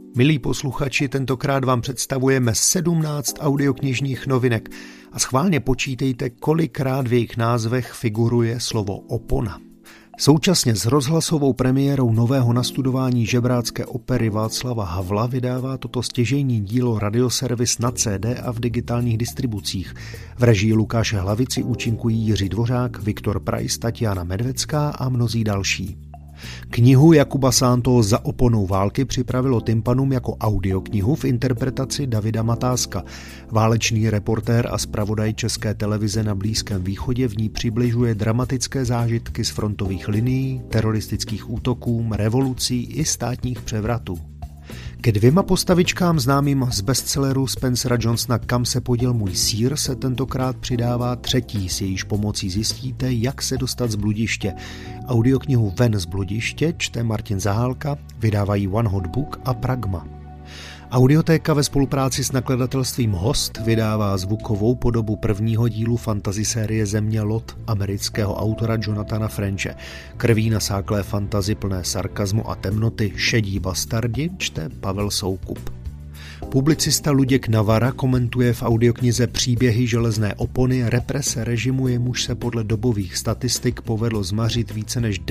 Milí posluchači, tentokrát vám představujeme 17 audioknižních novinek a schválně počítejte, kolikrát v jejich názvech figuruje slovo opona. Současně s rozhlasovou premiérou nového nastudování žebrácké opery Václava Havla vydává toto stěžejní dílo radioservis na CD a v digitálních distribucích. V režii Lukáše Hlavici účinkují Jiří Dvořák, Viktor Preiss, Tatiana Medvecká a mnozí další. Knihu Jakuba Sánto Za oponou války připravilo Tympanum jako audioknihu v interpretaci Davida Matáska. Válečný reportér a zpravodaj České televize na Blízkém východě v ní přibližuje dramatické zážitky z frontových linií, teroristických útoků, revolucí i státních převratů. Ke dvěma postavičkám známým z bestselleru Spencera Johnsona Kam se poděl můj sýr se tentokrát přidává třetí, s jejíž pomocí zjistíte, jak se dostat z bludiště. Audioknihu Ven z bludiště čte Martin Zahálka, vydávají One Hot Book a Pragma. Audiotéka ve spolupráci s nakladatelstvím Host vydává zvukovou podobu prvního dílu fantasy série Země Lot amerického autora Jonathana Frenche. Krví nasáklé fantasy plné sarkazmu a temnoty Šedí bastardi čte Pavel Soukup. Publicista Luděk Navara komentuje v audioknize Příběhy železné opony represe režimu, jemuž se podle dobových statistik povedlo zmařit více než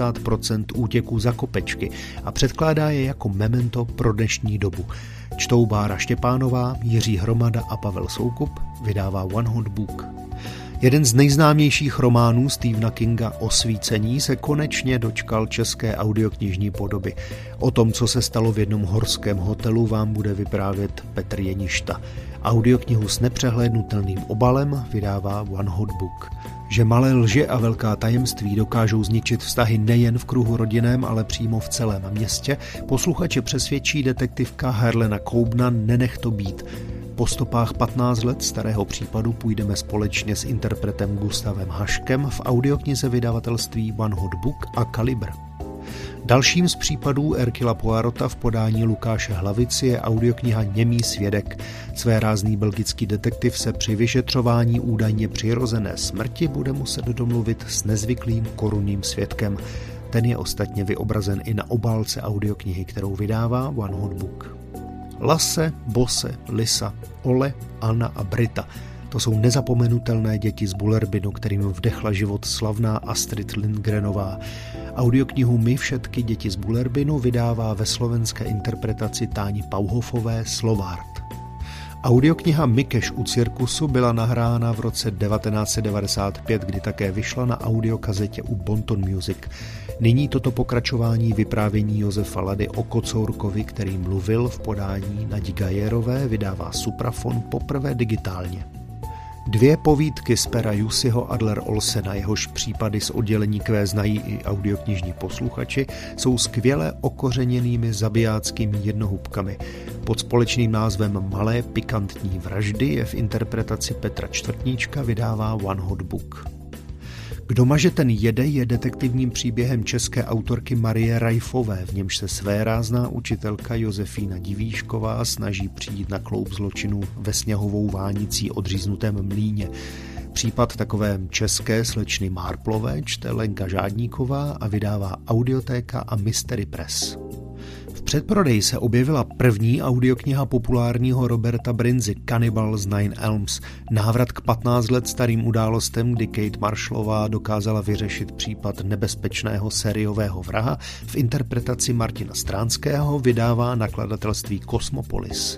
90% útěků za kopečky a předkládá je jako memento pro dnešní dobu. Čtou Bára Štěpánová, Jiří Hromada a Pavel Soukup, vydává One Hot Book. Jeden z nejznámějších románů Stephena Kinga Osvícení se konečně dočkal české audioknižní podoby. O tom, co se stalo v jednom horském hotelu, vám bude vyprávět Petr Jeništa. Audioknihu s nepřehlédnutelným obalem vydává One Hot Book. Že malé lži a velká tajemství dokážou zničit vztahy nejen v kruhu rodinném, ale přímo v celém městě, posluchače přesvědčí detektivka Harlana Coubna Nenech to být. Po stopách 15 let starého případu půjdeme společně s interpretem Gustavem Haškem v audioknize vydavatelství One Hot Book a Kalibr. Dalším z případů Hercula Poirota v podání Lukáše Hlavici je audiokniha Němý svědek. Svérázný belgický detektiv se při vyšetřování údajně přirozené smrti bude muset domluvit s nezvyklým korunným svědkem. Ten je ostatně vyobrazen i na obálce audioknihy, kterou vydává One Hot Book. Lasse, Bosse, Lisa, Ole, Anna a Brita. To jsou nezapomenutelné děti z Bullerbinu, kterým vdechla život slavná Astrid Lindgrenová. Audioknihu My všetky děti z Bullerbinu vydává ve slovenské interpretaci Táni Pauhofové Slovart. Audiokniha Mikeš u cirkusu byla nahrána v roce 1995, kdy také vyšla na audiokazetě u Bonton Music. Nyní toto pokračování vyprávění Josefa Lady o Kocourkovi, který mluvil v podání Nadi Gajerové, vydává Suprafon poprvé digitálně. Dvě povídky z pera Jussiho Adler Olsena, jehož případy z oddělení Q znají i audioknižní posluchači, jsou skvěle okořeněnými zabijáckými jednohubkami. Pod společným názvem Malé pikantní vraždy je v interpretaci Petra Čtvrtníčka vydává One Hot Book. Kdo maže, ten jede je detektivním příběhem české autorky Marie Rajfové, v němž se svérázná učitelka Josefína Divíšková snaží přijít na kloub zločinu ve sněhovou vánicí odříznutém mlýně. Případ takové české slečny Marplové čte Lenka Žádníková a vydává Audiotéka a Mystery Press. V předprodeji se objevila první audiokniha populárního Roberta Brinzy Cannibal z Nine Elms, návrat k 15 let starým událostem, kdy Kate Marshallová dokázala vyřešit případ nebezpečného sériového vraha v interpretaci Martina Stránského, vydává nakladatelství Kosmopolis.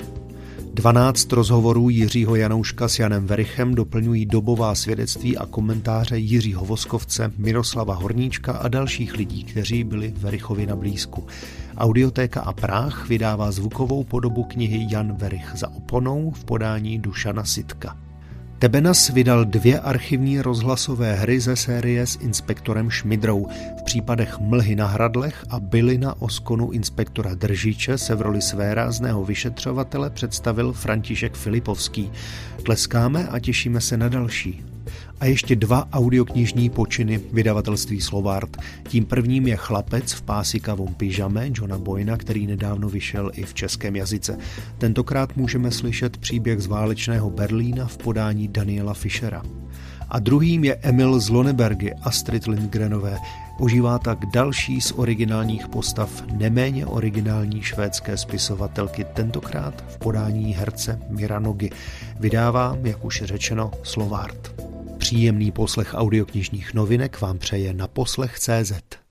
12 rozhovorů Jiřího Janouška s Janem Verichem doplňují dobová svědectví a komentáře Jiřího Voskovce, Miroslava Horníčka a dalších lidí, kteří byli Verichovi na blízku. Audiotéka a Práh vydává zvukovou podobu knihy Jan Verich za oponou v podání Dušana Sitka. Tebenas vydal 2 archivní rozhlasové hry ze série s inspektorem Šmidrou. V případech Mlhy na hradlech a Bylina o skonu inspektora Držiče se v roli svérázného vyšetřovatele představil František Filipovský. Tleskáme a těšíme se na další. A ještě 2 audioknižní počiny vydavatelství Slovart. Tím prvním je Chlapec v pásikavom pyžame Johna Boyna, který nedávno vyšel i v českém jazyce. Tentokrát můžeme slyšet příběh z válečného Berlína v podání Daniela Fischera. A druhým je Emil z Lonebergy Astrid Lindgrenové. Požívá tak další z originálních postav neméně originální švédské spisovatelky, tentokrát v podání herce Mira Nogy. Vydává, jak už řečeno, Slovart. Příjemný poslech audioknižních novinek vám přeje naposlech.cz.